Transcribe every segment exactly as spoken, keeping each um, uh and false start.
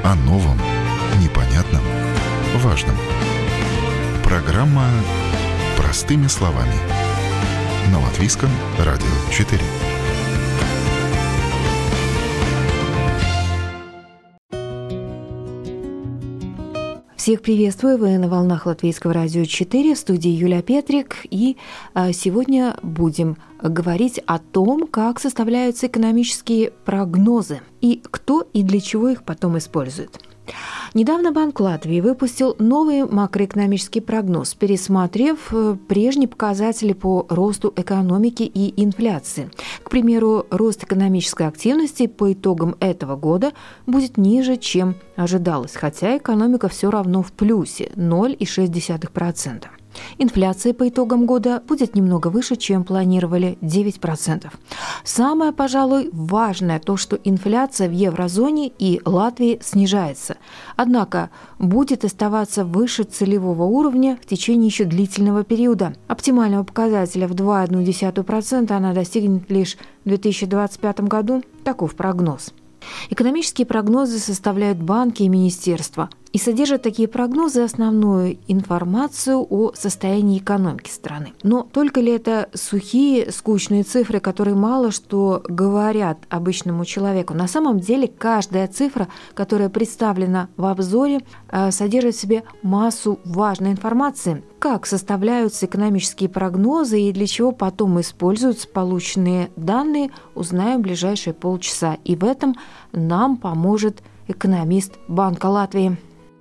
О новом, непонятном, важном. Программа «Простыми словами» на Латвийском радио четыре. Всех приветствую, вы на волнах Латвийского радио четыре, в студии Юлия Петрик, и сегодня будем говорить о том, как составляются экономические прогнозы и кто и для чего их потом использует. Недавно Банк Латвии выпустил новый макроэкономический прогноз, пересмотрев прежние показатели по росту экономики и инфляции. К примеру, рост экономической активности по итогам этого года будет ниже, чем ожидалось, хотя экономика все равно в плюсе – ноль целых шесть десятых процента. Инфляция по итогам года будет немного выше, чем планировали – девять процентов. Самое, пожалуй, важное то, что инфляция в еврозоне и Латвии снижается. Однако будет оставаться выше целевого уровня в течение еще длительного периода. Оптимального показателя в два целых одну десятую процента она достигнет лишь в две тысячи двадцать пятом году. Таков прогноз. Экономические прогнозы составляют банки и министерства и содержат такие прогнозы основную информацию о состоянии экономики страны. Но только ли это сухие, скучные цифры, которые мало что говорят обычному человеку? На самом деле каждая цифра, которая представлена в обзоре, содержит в себе массу важной информации. Как составляются экономические прогнозы и для чего потом используются полученные данные, узнаем в ближайшие полчаса. И в этом нам поможет экономист Банка Латвии.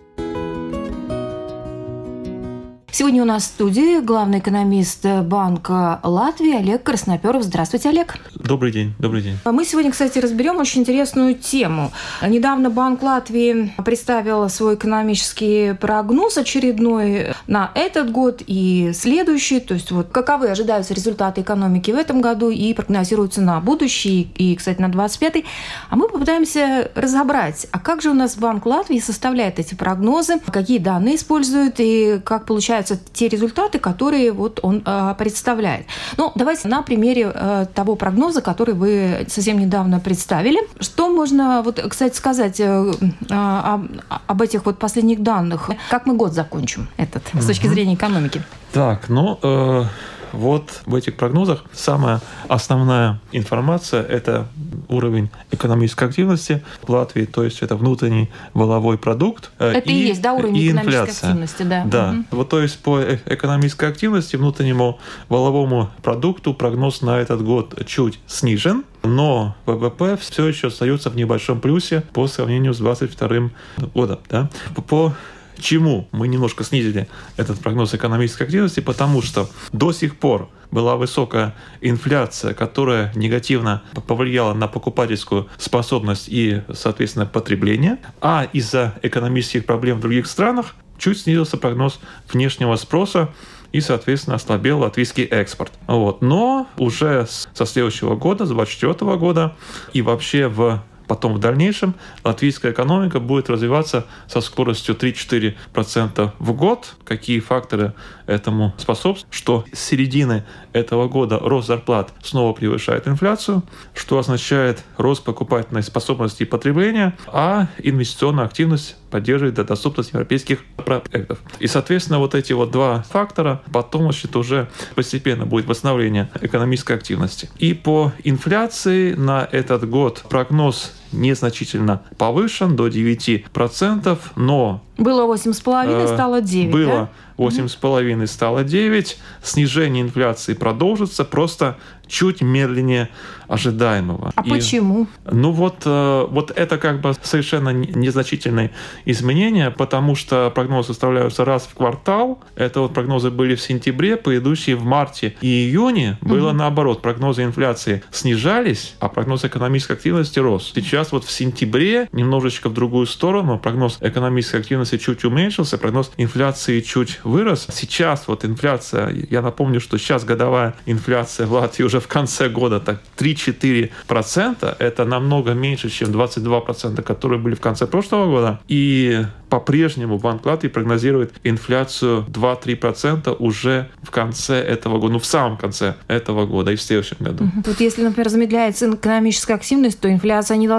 Сегодня у нас в студии главный экономист Банка Латвии Олег Красноперов. Здравствуйте, Олег. Добрый день, добрый день. Мы сегодня, кстати, разберем очень интересную тему. Недавно Банк Латвии представил свой экономический прогноз очередной на этот год и следующий. То есть вот каковы ожидаются результаты экономики в этом году и прогнозируются на будущий и, кстати, на двадцать пятый. А мы попытаемся разобрать, а как же у нас Банк Латвии составляет эти прогнозы, какие данные использует и как получается те результаты, которые вот он э, представляет. Ну, давайте на примере э, того прогноза, который вы совсем недавно представили. Что можно, вот, кстати, сказать э, э, об этих вот последних данных? Как мы год закончим этот mm-hmm. с точки зрения экономики? Так, ну... Э... Вот в этих прогнозах самая основная информация – это уровень экономической активности в Латвии, то есть это внутренний валовой продукт. Это и, и есть, да, уровень и экономической инфляция. Активности, да. Да, угу. вот то есть по экономической активности, внутреннему валовому продукту прогноз на этот год чуть снижен, но ВВП все еще остается в небольшом плюсе по сравнению с двадцать вторым годом. Да? По Чему мы немножко снизили этот прогноз экономической активности? Потому что до сих пор была высокая инфляция, которая негативно повлияла на покупательскую способность и, соответственно, потребление. А из-за экономических проблем в других странах чуть снизился прогноз внешнего спроса и, соответственно, ослабел латвийский экспорт. Вот. Но уже со следующего года, с двадцать четвёртого года и вообще в Потом в дальнейшем латвийская экономика будет развиваться со скоростью три-четыре процента в год. Какие факторы этому способствуют? Что с середины этого года рост зарплат снова превышает инфляцию, что означает рост покупательной способности и потребления, а инвестиционная активность поддерживает доступность европейских проектов. И, соответственно, вот эти вот два фактора потом значит, уже постепенно будет восстановление экономической активности. И по инфляции на этот год прогноз незначительно повышен до девяти процентов, но... Было восемь целых пять десятых, э, стало девять, было да? восемь целых пять десятых, стало девять. Снижение инфляции продолжится, просто чуть медленнее ожидаемого. А И, почему? Ну вот, э, вот это как бы совершенно незначительные изменения, потому что прогнозы составляются раз в квартал. Это вот прогнозы были в сентябре, предыдущие в марте и июне. Было угу. наоборот. Прогнозы инфляции снижались, а прогноз экономической активности рос. Сейчас вот в сентябре немножечко в другую сторону. Прогноз экономической активности чуть уменьшился, прогноз инфляции чуть вырос. Сейчас вот инфляция, я напомню, что сейчас годовая инфляция в Латвии уже в конце года так три-четыре процента. Это намного меньше, чем двадцать два процента, которые были в конце прошлого года. И по-прежнему Банк Латвии прогнозирует инфляцию два-три процента уже в конце этого года, ну в самом конце этого года и в следующем году. Вот если, например, замедляется экономическая активность, то инфляция не должна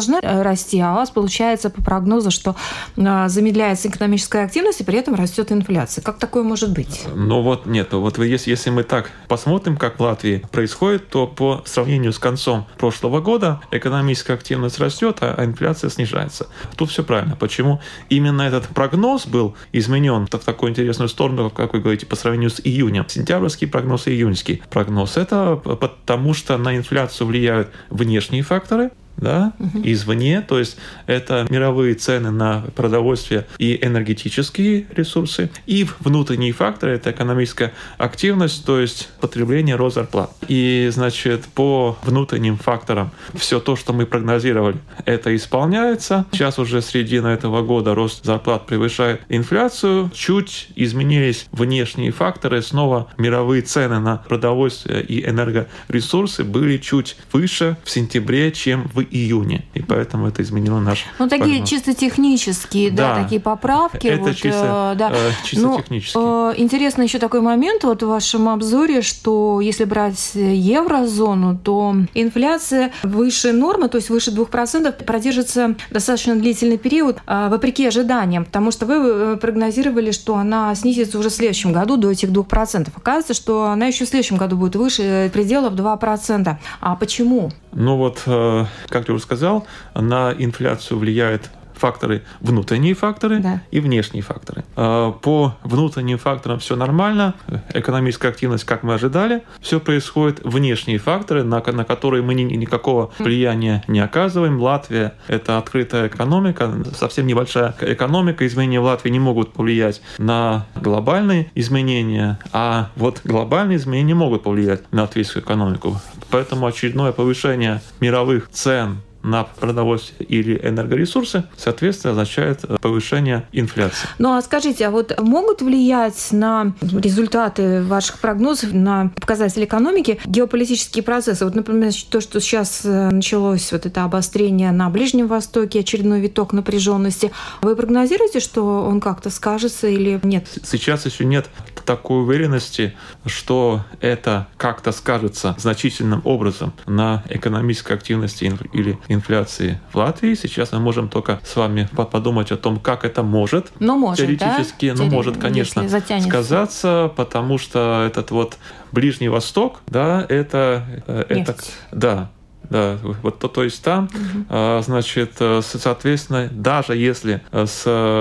должна расти, а у вас получается по прогнозу, что замедляется экономическая активность и при этом растет инфляция. Как такое может быть? Ну вот нет, вот если, если мы так посмотрим, как в Латвии происходит, то по сравнению с концом прошлого года экономическая активность растет, а инфляция снижается. Тут все правильно. Почему именно этот прогноз был изменен в такую интересную сторону, как вы говорите, по сравнению с июнем? Сентябрьский прогноз и июньский прогноз. Это потому, что на инфляцию влияют внешние факторы, да, угу. извне, то есть это мировые цены на продовольствие и энергетические ресурсы, и внутренние факторы, это экономическая активность, то есть потребление, рост зарплат. И, значит, по внутренним факторам все то, что мы прогнозировали, это исполняется. Сейчас уже середина этого года рост зарплат превышает инфляцию, чуть изменились внешние факторы, снова мировые цены на продовольствие и энергоресурсы были чуть выше в сентябре, чем в июне, и поэтому это изменило наш Ну, такие прогноз. чисто технические, да, да, такие поправки. Это вот, чисто, э, да. э, чисто ну, технические. Э, интересно еще такой момент вот в вашем обзоре, что если брать еврозону, то инфляция выше нормы, то есть выше двух процентов, продержится достаточно длительный период, э, вопреки ожиданиям, потому что вы прогнозировали, что она снизится уже в следующем году до этих двух процентов. Оказывается, что она еще в следующем году будет выше пределов два процента. А почему? Ну вот, как я уже сказал, на инфляцию влияет факторы, внутренние факторы да. и внешние факторы. По внутренним факторам все нормально, экономическая активность, как мы ожидали, все происходит. Внешние факторы, на, на которые мы ни, никакого влияния не оказываем. Латвия – это открытая экономика, совсем небольшая экономика. Изменения в Латвии не могут повлиять на глобальные изменения, а вот глобальные изменения могут повлиять на латвийскую экономику. Поэтому очередное повышение мировых цен на продовольствие или энергоресурсы, соответственно, означает повышение инфляции. Ну а скажите, а вот могут влиять на результаты ваших прогнозов, на показатели экономики геополитические процессы? Вот, например, то, что сейчас началось вот это обострение на Ближнем Востоке, очередной виток напряженности. Вы прогнозируете, что он как-то скажется или нет? Сейчас еще нет такой уверенности, что это как-то скажется значительным образом на экономической активности или инфляции в Латвии. Сейчас мы можем только с вами подумать о том, как это может, но может теоретически, да? ну, может, конечно, сказаться, потому что этот вот Ближний Восток, да, это, это да. Да, вот то, то есть там, угу. значит, соответственно, даже если с,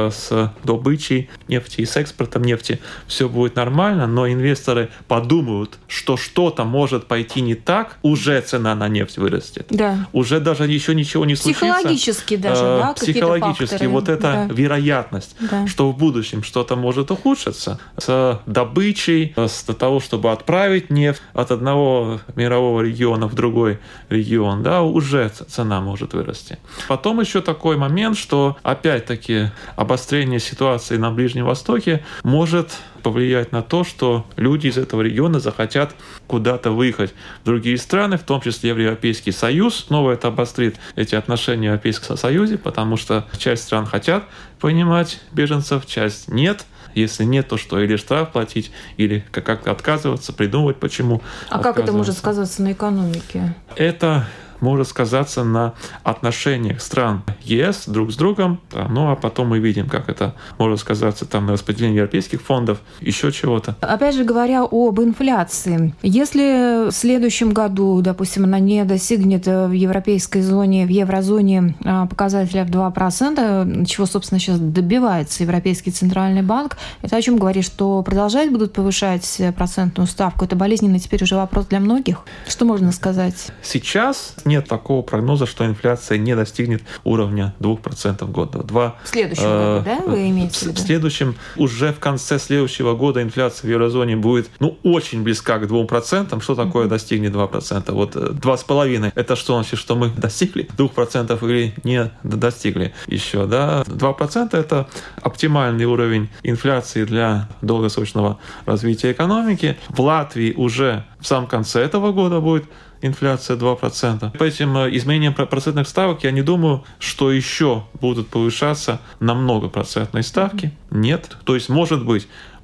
с добычей нефти и с экспортом нефти все будет нормально, но инвесторы подумают, что что-то может пойти не так, уже цена на нефть вырастет. Да. Уже даже еще ничего не случится. Психологически даже, да? Психологически вот эта да. вероятность, да. что в будущем что-то может ухудшиться с добычей, с того, чтобы отправить нефть от одного мирового региона в другой регион, да, уже цена может вырасти. Потом еще такой момент, что опять-таки обострение ситуации на Ближнем Востоке может повлиять на то, что люди из этого региона захотят куда-то выехать в другие страны, в том числе в Европейский Союз. Снова это обострит эти отношения в Европейском Союзе, потому что часть стран хотят принимать беженцев, часть нет. Если нет, то что? Или штраф платить, или как-то отказываться, придумывать, почему. А как это может сказаться на экономике? Это может сказаться на отношениях стран ЕС друг с другом. Ну а потом мы видим, как это может сказаться там на распределении европейских фондов, еще чего-то. Опять же говоря об инфляции. Если в следующем году, допустим, она не достигнет в европейской зоне, в еврозоне показателя в два процента, чего, собственно, сейчас добивается Европейский Центральный банк, это о чем говорит, что продолжать будут повышать процентную ставку? Это болезненный теперь уже вопрос для многих. Что можно сказать? Сейчас нет такого прогноза, что инфляция не достигнет уровня двух процентов в год. два, в следующем э, году, да, вы имеете в виду? В следующем, уже в конце следующего года инфляция в еврозоне будет ну, очень близка к двум процентам. Что такое mm-hmm. достигнет два процента? Вот два с половиной. Это что значит, что мы достигли двух процентов или не достигли еще? Да? два процента – это оптимальный уровень инфляции для долгосрочного развития экономики. В Латвии уже в самом конце этого года будет инфляция два процента. По этим изменениям процентных ставок я не думаю, что еще будут повышаться намного процентные ставки. Нет. То есть, может быть,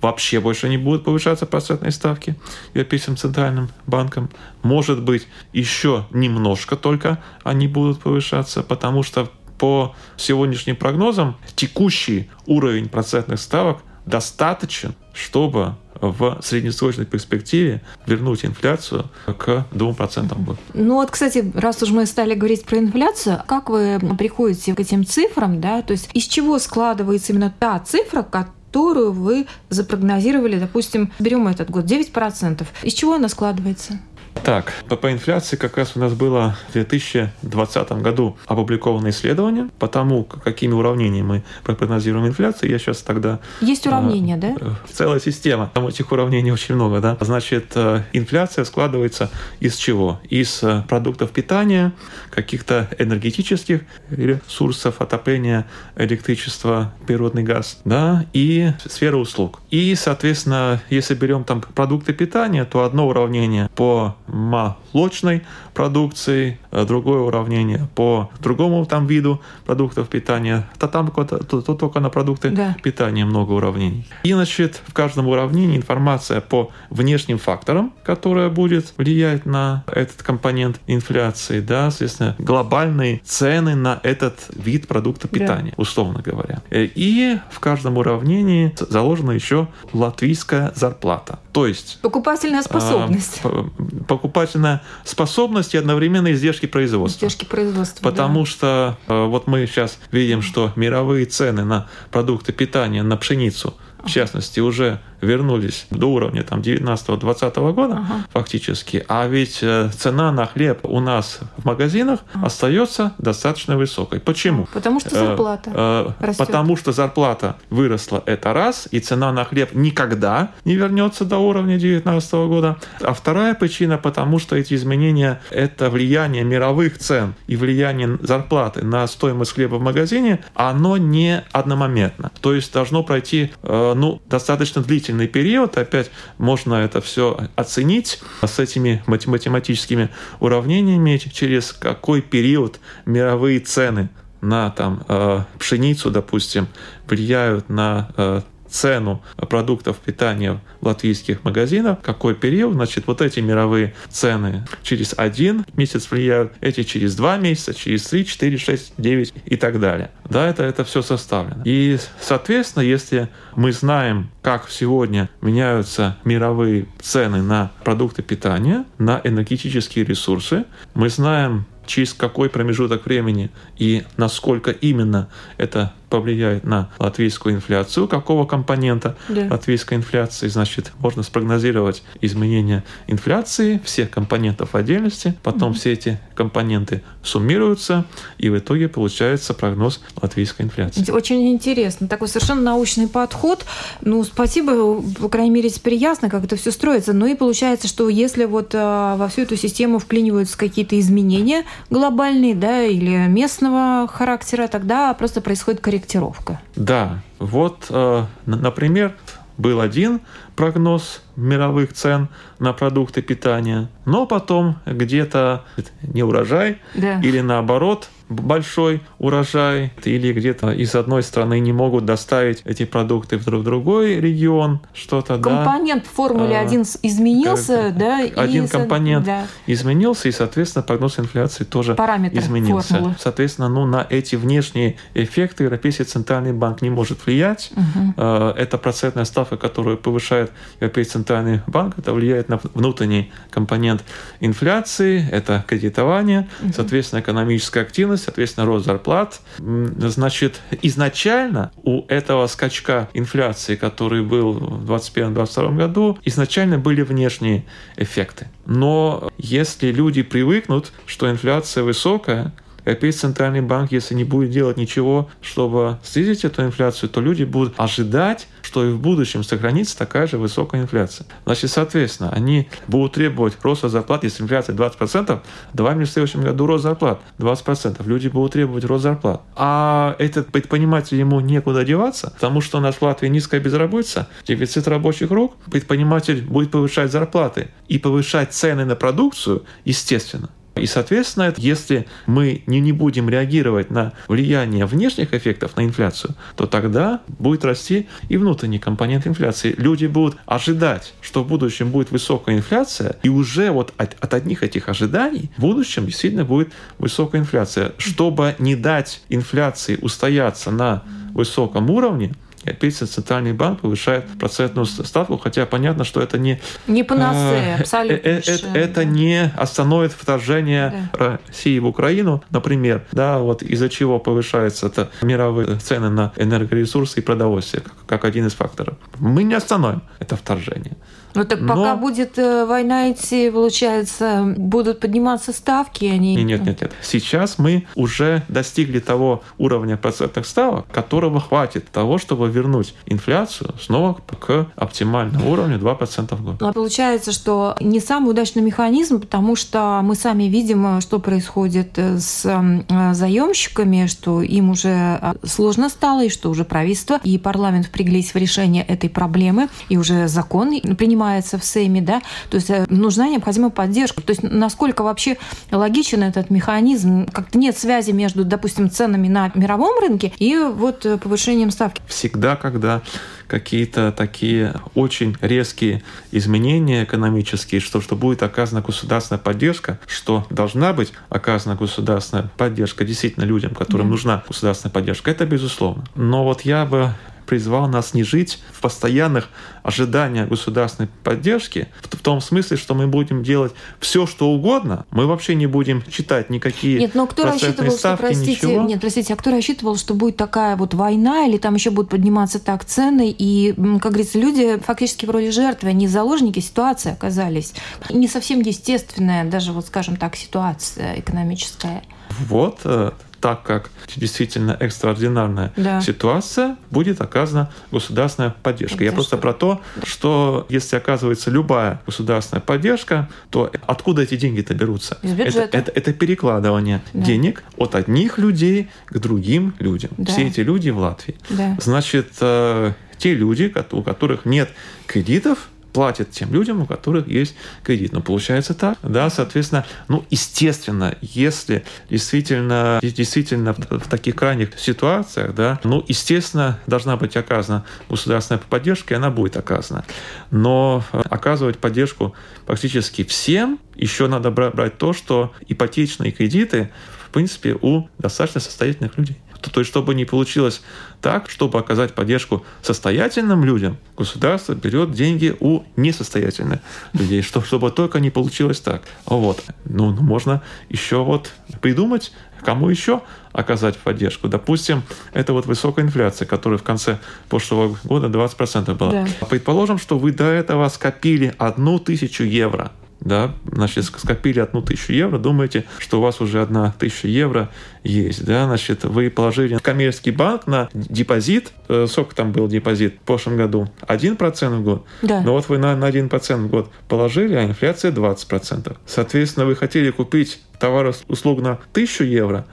вообще больше не будут повышаться процентные ставки Европейским центральным банком. Может быть, еще немножко только они будут повышаться, потому что по сегодняшним прогнозам текущий уровень процентных ставок достаточен, чтобы в среднесрочной перспективе вернуть инфляцию к двум процентам в год. Ну вот, кстати, раз уж мы стали говорить про инфляцию, как вы приходите к этим цифрам, да, то есть из чего складывается именно та цифра, которую вы запрогнозировали, допустим, берем этот год, девять процентов. Из чего она складывается? Так, по инфляции как раз у нас было в две тысячи двадцатом году опубликовано исследование по тому, какими уравнениями мы прогнозируем инфляцию. Я сейчас тогда... Есть уравнения, э, да? Целая система. Там этих уравнений очень много, да. Значит, инфляция складывается из чего? Из продуктов питания, каких-то энергетических ресурсов, отопления, электричества, природный газ, да, и сфера услуг. И, соответственно, если берем там продукты питания, то одно уравнение по молочной продукции, другое уравнение по другому там виду продуктов питания, то там то, то, то только на продукты да. питания много уравнений. И, значит, в каждом уравнении информация по внешним факторам, которая будет влиять на этот компонент инфляции, да, соответственно, глобальные цены на этот вид продукта питания, да. условно говоря. И в каждом уравнении заложена еще латвийская зарплата. То есть... Покупательная способность. Э, покупательная способность и одновременно издержки производства. Издержки производства, Потому да. что э, вот мы сейчас видим, что мировые цены на продукты питания, на пшеницу, в частности, уже вернулись до уровня там, девятнадцатого-двадцатого года ага. фактически, а ведь цена на хлеб у нас в магазинах ага. остается достаточно высокой. Почему? Потому что зарплата э, э, растет. Потому что зарплата выросла, это раз, и цена на хлеб никогда не вернется до уровня девятнадцатого года. А вторая причина, потому что эти изменения – это влияние мировых цен и влияние зарплаты на стоимость хлеба в магазине, оно не одномоментно. То есть должно пройти э, ну, достаточно длительный период, опять можно это все оценить с этими математическими уравнениями, через какой период мировые цены на там, пшеницу, допустим, влияют на цену продуктов питания в латвийских магазинах, какой период, значит, вот эти мировые цены через один месяц влияют, эти через два месяца, через три, четыре, шесть, девять и так далее. Да, это, это все составлено. И, соответственно, если мы знаем, как сегодня меняются мировые цены на продукты питания, на энергетические ресурсы, мы знаем, через какой промежуток времени и насколько именно это повлияет на латвийскую инфляцию, какого компонента да. латвийской инфляции, значит, можно спрогнозировать изменения инфляции всех компонентов в отдельности, потом mm-hmm. все эти компоненты суммируются, и в итоге получается прогноз латвийской инфляции. Очень интересно. Такой совершенно научный подход. Ну, спасибо, по крайней мере, теперь ясно, как это все строится. Ну и получается, что если вот а, во всю эту систему вклиниваются какие-то изменения глобальные, да, или местного характера, тогда просто происходит корректировка. Да, вот, э, например, был один прогноз мировых цен на продукты питания, но потом где-то не урожай да. или наоборот большой урожай, или где-то из одной страны не могут доставить эти продукты в другой регион, что-то, компонент да. в формуле а, один изменился, как, да, один и компонент да. изменился, и, соответственно, прогноз инфляции тоже Параметр изменился. Формулы. Соответственно, ну, на эти внешние эффекты Европейский центральный банк не может влиять. Угу. Это процентная ставка, которую повышает Европейский центральный банк, это влияет на внутренний компонент инфляции, это кредитование, угу. соответственно, экономическая активность, соответственно, рост зарплат. Значит, изначально у этого скачка инфляции, который был в двадцать первом — двадцать втором году, изначально были внешние эффекты. Но если люди привыкнут, что инфляция высокая, Европейский центральный банк, если не будет делать ничего, чтобы снизить эту инфляцию, то люди будут ожидать, что и в будущем сохранится такая же высокая инфляция. Значит, соответственно, они будут требовать роста зарплат, если инфляция двадцать процентов, давай мне в следующем году рост зарплат двадцать процентов. Люди будут требовать рост зарплат. А этот предприниматель, ему некуда деваться, потому что у нас в Латвии низкая безработица, дефицит рабочих рук. Предприниматель будет повышать зарплаты и повышать цены на продукцию, естественно. И, соответственно, если мы не, не будем реагировать на влияние внешних эффектов на инфляцию, то тогда будет расти и внутренний компонент инфляции. Люди будут ожидать, что в будущем будет высокая инфляция, и уже вот от, от одних этих ожиданий в будущем действительно будет высокая инфляция. Чтобы не дать инфляции устояться на высоком уровне, опять Центральный банк повышает процентную ставку, хотя понятно, что это не... Не панацея, э, абсолютно. Э, э, это это не остановит вторжение да. России в Украину, например, да, вот из-за чего повышаются это мировые цены на энергоресурсы и продовольствие, как, как один из факторов. Мы не остановим это вторжение. Ну так пока Но... будет война идти, получается, будут подниматься ставки, они... Нет, нет, нет. Сейчас мы уже достигли того уровня процентных ставок, которого хватит того, чтобы вернуть инфляцию снова к оптимальному уровню два процента в год. Но получается, что не самый удачный механизм, потому что мы сами видим, что происходит с заемщиками, что им уже сложно стало, и что уже правительство и парламент впряглись в решение этой проблемы, и уже закон принимается в Сейме, да, то есть нужна необходимая поддержка. То есть насколько вообще логичен этот механизм? Как-то нет связи между, допустим, ценами на мировом рынке и вот повышением ставки. Всегда, когда какие-то такие очень резкие изменения экономические, что, что будет оказана государственная поддержка, что должна быть оказана государственная поддержка действительно людям, которым да. нужна государственная поддержка, это безусловно. Но вот я бы призвал нас не жить в постоянных ожиданиях государственной поддержки, в том смысле, что мы будем делать все, что угодно, мы вообще не будем читать никакие нет, но кто процентные ставки, что, простите, ничего. Нет, простите, а кто рассчитывал, что будет такая вот война, или там еще будут подниматься так цены, и, как говорится, люди фактически в роли жертвы, они заложники ситуации оказались. Не совсем естественная, даже вот, скажем так, ситуация экономическая. Вот, так как действительно экстраординарная да. ситуация, будет оказана государственная поддержка. Это Я что? просто про то, что если оказывается любая государственная поддержка, то откуда эти деньги-то берутся? Из бюджета. Это, это, это перекладывание да. денег от одних людей к другим людям. Да. Все эти люди в Латвии. Да. Значит, те люди, у которых нет кредитов, платят тем людям, у которых есть кредит. Но получается так, да, соответственно, ну, естественно, если действительно, действительно в таких крайних ситуациях, да, ну, естественно, должна быть оказана государственная поддержка, и она будет оказана. Но оказывать поддержку практически всем, еще надо брать то, что ипотечные кредиты, в принципе, у достаточно состоятельных людей. То есть, чтобы не получилось так, чтобы оказать поддержку состоятельным людям, государство берет деньги у несостоятельных людей, чтобы только не получилось так. Вот. Ну, можно еще вот придумать, кому еще оказать поддержку. Допустим, это вот высокая инфляция, которая в конце прошлого года двадцать процентов была. Да. Предположим, что вы до этого скопили одну тысячу евро. Да, значит, скопили одну тысячу евро, думаете, что у вас уже одна тысяча евро есть, да, значит, вы положили в коммерческий банк на депозит, э, сколько там был депозит в прошлом году? один процент в год. Да. Но вот вы на, на один процент в год положили, а инфляция двадцать процентов. Соответственно, вы хотели купить товар услуг на тысячу евро,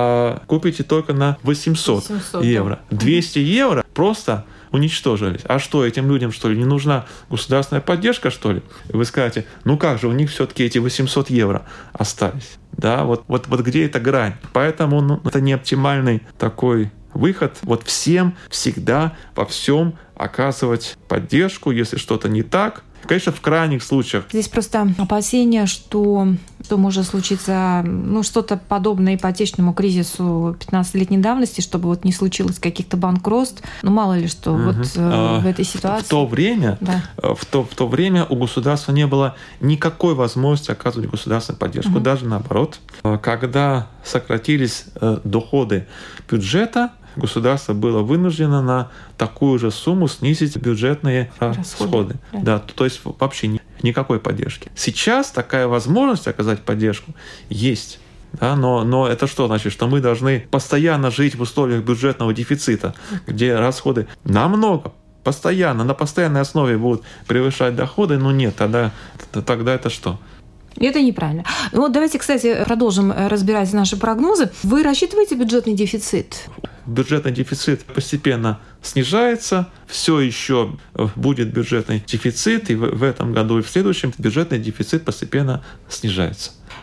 а купите только на восемьсот, восемьсот евро. Да. двести евро просто уничтожились. А что, этим людям, что ли, не нужна государственная поддержка, что ли? Вы скажете, ну как же, у них все-таки эти восемьсот евро остались. Да, вот, вот, вот где эта грань? Поэтому ну, это не оптимальный такой выход. Вот всем всегда во всем оказывать поддержку, если что-то не так. Конечно, в крайних случаях. Здесь просто опасения, что, что может случиться ну, что-то подобное ипотечному кризису пятнадцатилетней давности, чтобы вот не случилось каких-то банкротств. Ну, мало ли что, угу. вот а, в этой ситуации. В то время, да. в, то, в то время у государства не было никакой возможности оказывать государственную поддержку, угу. даже наоборот. Когда сократились доходы бюджета, государство было вынуждено на такую же сумму снизить бюджетные расходы. расходы. Да. Да, то есть вообще никакой поддержки. Сейчас такая возможность оказать поддержку есть. Да, но, но это что значит? Что мы должны постоянно жить в условиях бюджетного дефицита, где расходы намного, постоянно, на постоянной основе будут превышать доходы? Ну нет, тогда, тогда это что? Это неправильно. Вот давайте, кстати, продолжим разбирать наши прогнозы. Вы рассчитываете бюджетный дефицит? Бюджетный дефицит постепенно снижается, все еще будет бюджетный дефицит, и в этом году и в следующем бюджетный дефицит постепенно снижается.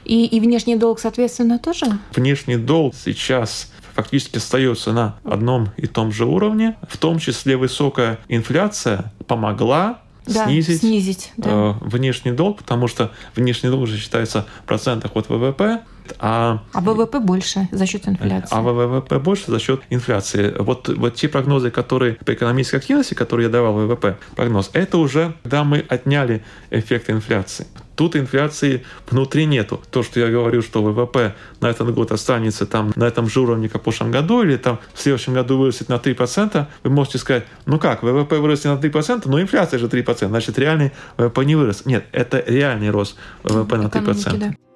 И, и внешний долг, соответственно, тоже? Внешний долг сейчас фактически остается на одном и том же уровне. В том числе высокая инфляция помогла да, снизить, снизить да. э, внешний долг, потому что внешний долг уже считается в процентах от ВВП. А, а ВВП больше за счет инфляции. А ВВП больше за счет инфляции. Вот, вот те прогнозы, которые по экономической активности, которые я давал ВВП прогноз, это уже когда мы отняли эффект инфляции. Тут инфляции внутри нету. То, что я говорю, что ВВП на этот год останется там на этом же уровне, как в прошлом году, или там в следующем году вырастет на три процента, вы можете сказать, ну как, ВВП вырастет на три процента, но инфляция же три процента, значит, реальный ВВП не вырос. Нет, это реальный рост ВВП на три процента. Да.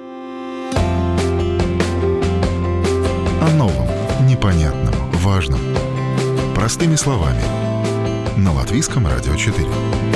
О новом, непонятном, важном. Простыми словами. На Латвийском радио четыре.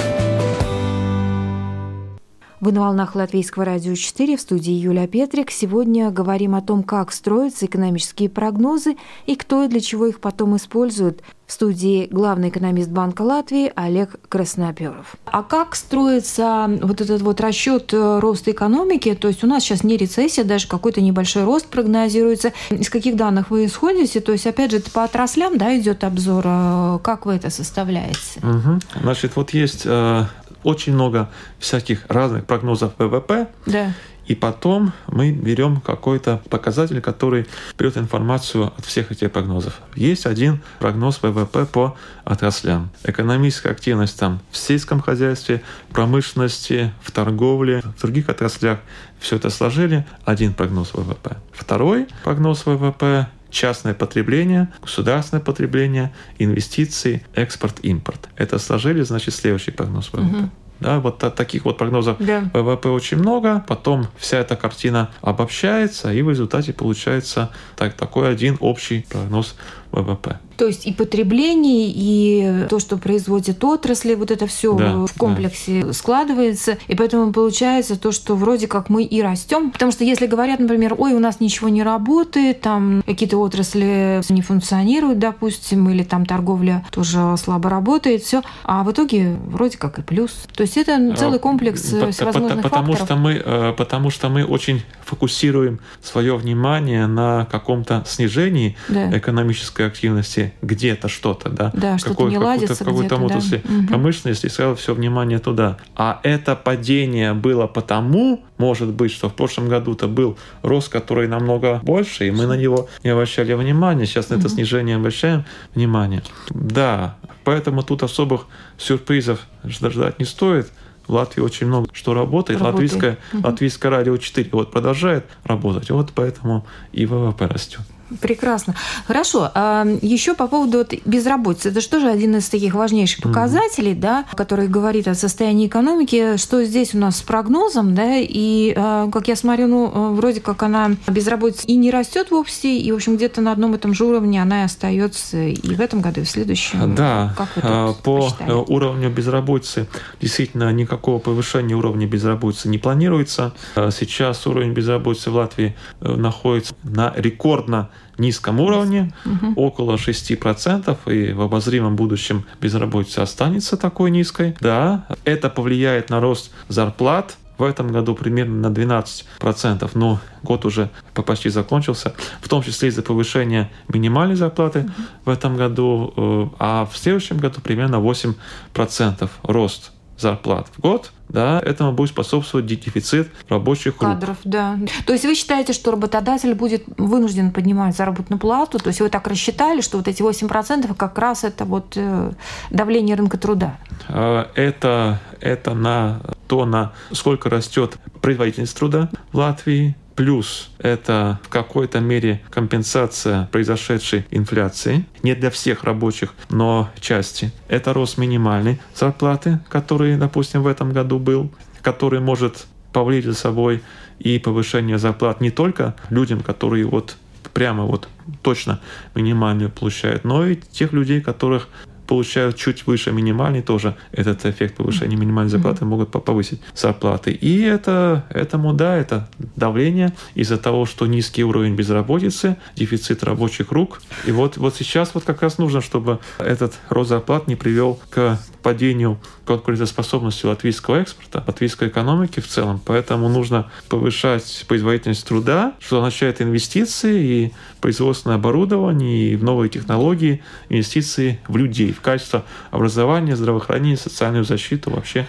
Вы на волнах Латвийского радио четыре, в студии Юлия Петрик. Сегодня говорим о том, как строятся экономические прогнозы и кто и для чего их потом использует. В студии главный экономист Банка Латвии Олег Красноперов. А как строится вот этот вот расчет роста экономики? То есть у нас сейчас не рецессия, даже какой-то небольшой рост прогнозируется. Из каких данных вы исходите? То есть, опять же, это по отраслям, да, идет обзор. Как вы это составляете? Угу. Значит, вот есть э, очень много всяких разных прогнозов ВВП. Да. И потом мы берем какой-то показатель, который берет информацию от всех этих прогнозов. Есть один прогноз ВВП по отраслям. Экономическая активность там в сельском хозяйстве, промышленности, в торговле, в других отраслях. Все это сложили. Один прогноз ВВП. Второй прогноз ВВП – частное потребление, государственное потребление, инвестиции, экспорт, импорт. Это сложили, значит, следующий прогноз ВВП. Угу. Да, вот таких вот прогнозов да. ВВП очень много. Потом вся эта картина обобщается, и в результате получается так, такой один общий прогноз ВВП. То есть и потребление, и то, что производит отрасли, вот это все да, в комплексе да. складывается. И поэтому получается то, что вроде как мы и растем. Потому что если говорят, например, ой, у нас ничего не работает, там какие-то отрасли не функционируют, допустим, или там торговля тоже слабо работает, все, а в итоге вроде как и плюс. То есть это целый комплекс всевозможных потому факторов. Что мы, потому что мы очень фокусируем свое внимание на каком-то снижении да. экономической активности где-то что-то, да, да что-то Какой, не ладится в какой-то отрасли да. промышленности, и сразу все внимание туда. А это падение было потому, может быть, что в прошлом году-то был рост, который намного больше, и мы на него не обращали внимания. Сейчас на это угу. снижение обращаем внимание. Да, поэтому тут особых сюрпризов ждать не стоит. В Латвии очень много что работает. работает. Латвийское, угу. Латвийское радио четыре вот продолжает работать. Вот поэтому и ВВП растет. Прекрасно. Хорошо. А еще по поводу вот безработицы. Это же тоже один из таких важнейших показателей, mm-hmm. да, который говорит о состоянии экономики. Что здесь у нас с прогнозом, да, и, как я смотрю, ну, вроде как она, безработица и не растет вовсе, и, в общем, где-то на одном и том же уровне она и остается и в этом году, и в следующем. Да. Как вы тут по посчитали? Уровню безработицы действительно никакого повышения уровня безработицы не планируется. Сейчас уровень безработицы в Латвии находится на рекордно низком уровне, угу. около шесть процентов, и в обозримом будущем безработица останется такой низкой. Да, это повлияет на рост зарплат. В этом году примерно на двенадцать процентов, но год уже почти закончился, в том числе из-за повышения минимальной зарплаты угу. в этом году, а в следующем году примерно восемь процентов рост зарплат в год, да, этому будет способствовать дефицит рабочих рук. Кадров, да. То есть вы считаете, что работодатель будет вынужден поднимать заработную плату? То есть вы так рассчитали, что вот эти восемь процентов как раз это вот давление рынка труда? Это, это на то, на сколько растет производительность труда в Латвии, плюс это в какой-то мере компенсация произошедшей инфляции. Не для всех рабочих, но части. Это рост минимальной зарплаты, который, допустим, в этом году был, который может повлечь за собой и повышение зарплат не только людям, которые вот прямо вот точно минимальную получают, но и тех людей, которых получают чуть выше минимальной, тоже этот эффект повышения минимальной зарплаты могут повысить зарплаты. И это, этому, да, это давление из-за того, что низкий уровень безработицы, дефицит рабочих рук. И вот, вот сейчас вот как раз нужно, чтобы этот рост зарплат не привел к падению конкурентоспособности латвийского экспорта, латвийской экономики в целом. Поэтому нужно повышать производительность труда, что означает инвестиции и производственное оборудование, и в новые технологии, инвестиции в людей, в качество образования, здравоохранения, социальную защиту, вообще,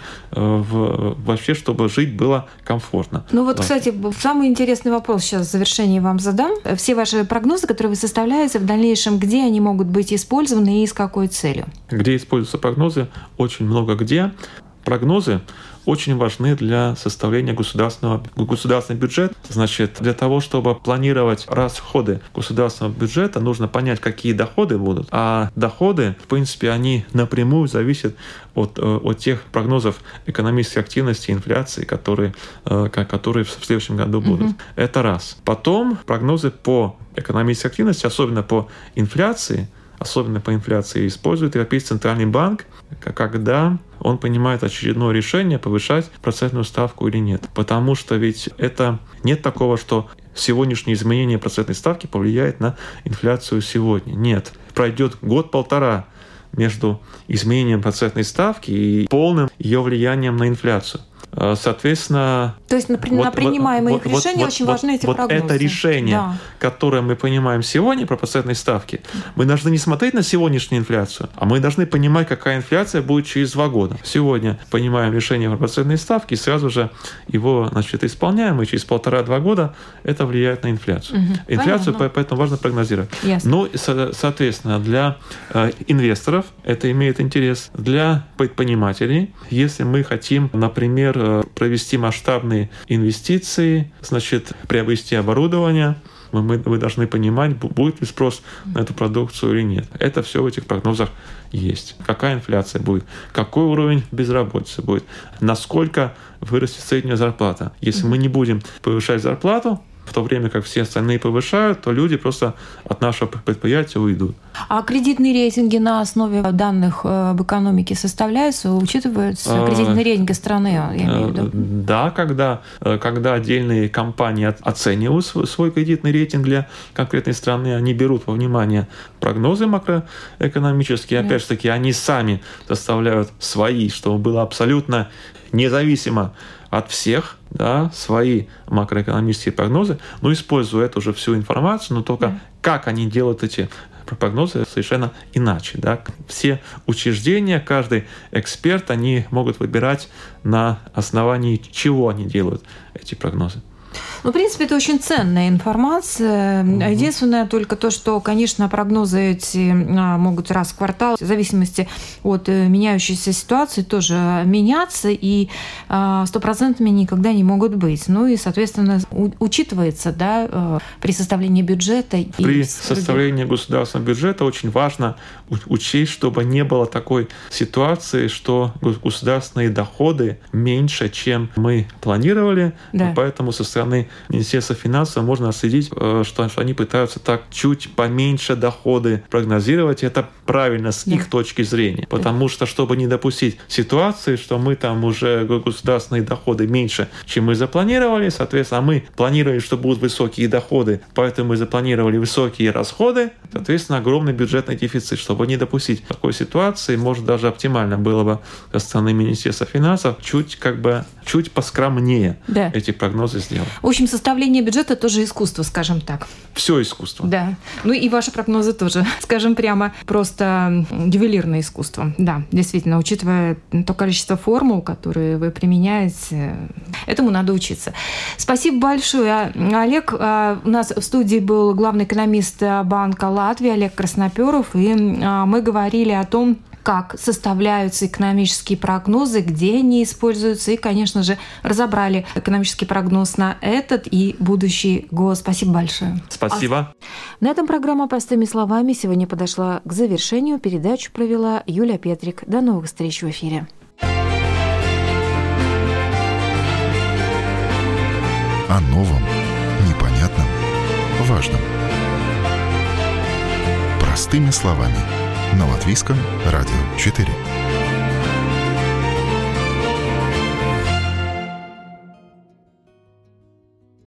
в, вообще чтобы жить было комфортно. Ну вот, да. Кстати, самый интересный вопрос сейчас в завершении вам задам. Все ваши прогнозы, которые вы составляете в дальнейшем, где они могут быть использованы и с какой целью? Где используются прогнозы? Очень много где. Прогнозы очень важны для составления государственного, государственного бюджета. Значит, для того, чтобы планировать расходы государственного бюджета, нужно понять, какие доходы будут. А доходы, в принципе, они напрямую зависят от, от тех прогнозов экономической активности и инфляции, которые, которые в следующем году будут. Mm-hmm. Это раз. Потом прогнозы по экономической активности, особенно по инфляции, особенно по инфляции, использует Европейский центральный банк, когда он принимает очередное решение, повышать процентную ставку или нет. Потому что ведь это нет такого, что сегодняшнее изменение процентной ставки повлияет на инфляцию сегодня. Нет. Пройдет год-полтора между изменением процентной ставки и полным ее влиянием на инфляцию. Соответственно... То есть на, вот, на принимаемые вот, решения вот, очень вот, важны эти вот прогнозы. Вот это решение, да. которое мы понимаем сегодня про процентные ставки, мы должны не смотреть на сегодняшнюю инфляцию, а мы должны понимать, какая инфляция будет через два года. Сегодня понимаем решение про процентные ставки, и сразу же его, значит, исполняем, и через полтора-два года это влияет на инфляцию. Угу. Инфляцию Понятно. Поэтому важно прогнозировать. Ясно. Ну, соответственно, для э, инвесторов это имеет интерес, для предпринимателей, если мы хотим, например, провести масштабные инвестиции, значит, приобрести оборудование, мы, мы должны понимать, будет ли спрос на эту продукцию или нет. Это все в этих прогнозах есть. Какая инфляция будет, какой уровень безработицы будет, насколько вырастет средняя зарплата. Если мы не будем повышать зарплату, в то время как все остальные повышают, то люди просто от нашего предприятия уйдут. А кредитные рейтинги на основе данных об экономике составляются, учитываются кредитные рейтинги страны, я имею в виду? Да, когда, когда отдельные компании оценивают свой кредитный рейтинг для конкретной страны, они берут во внимание прогнозы макроэкономические. Опять же таки, они сами составляют свои, чтобы было абсолютно независимо от всех, да, свои макроэкономические прогнозы, но используя эту же всю информацию, но только yeah. как они делают эти прогнозы совершенно иначе. Да. Все учреждения, каждый эксперт, они могут выбирать на основании чего они делают эти прогнозы. Ну, в принципе, это очень ценная информация. Mm-hmm. Единственное только то, что, конечно, прогнозы эти могут раз в квартал, в зависимости от меняющейся ситуации, тоже меняться и стопроцентными никогда не могут быть. Ну и, соответственно, учитывается, да, при составлении бюджета. При составлении государственного бюджета очень важно учесть, чтобы не было такой ситуации, что государственные доходы меньше, чем мы планировали, да. Поэтому со стороны Министерства финансов можно отследить, что они пытаются так чуть поменьше доходы прогнозировать. Это правильно с да. их точки зрения. Потому да. что, чтобы не допустить ситуации, что мы там уже государственные доходы меньше, чем мы запланировали, соответственно, мы планировали, что будут высокие доходы, поэтому мы запланировали высокие расходы, соответственно, огромный бюджетный дефицит. Чтобы не допустить такой ситуации, может, даже оптимально было бы со стороны Министерства финансов чуть как бы чуть поскромнее да. эти прогнозы сделать. В общем, составление бюджета тоже искусство, скажем так. Все искусство. Да. Ну и ваши прогнозы тоже, скажем прямо, просто ювелирное искусство. Да, действительно, учитывая то количество формул, которые вы применяете, этому надо учиться. Спасибо большое, Олег. У нас в студии был главный экономист Банка Латвии Олег Красноперов, и мы говорили о том, как составляются экономические прогнозы, где они используются, и, конечно же, разобрали экономический прогноз на этот и будущий год. Спасибо большое. Спасибо. А... На этом программа «Простыми словами» сегодня подошла к завершению. Передачу провела Юлия Петрик. До новых встреч в эфире. О новом, непонятном, важном. Простыми словами. на Латвийском радио четыре.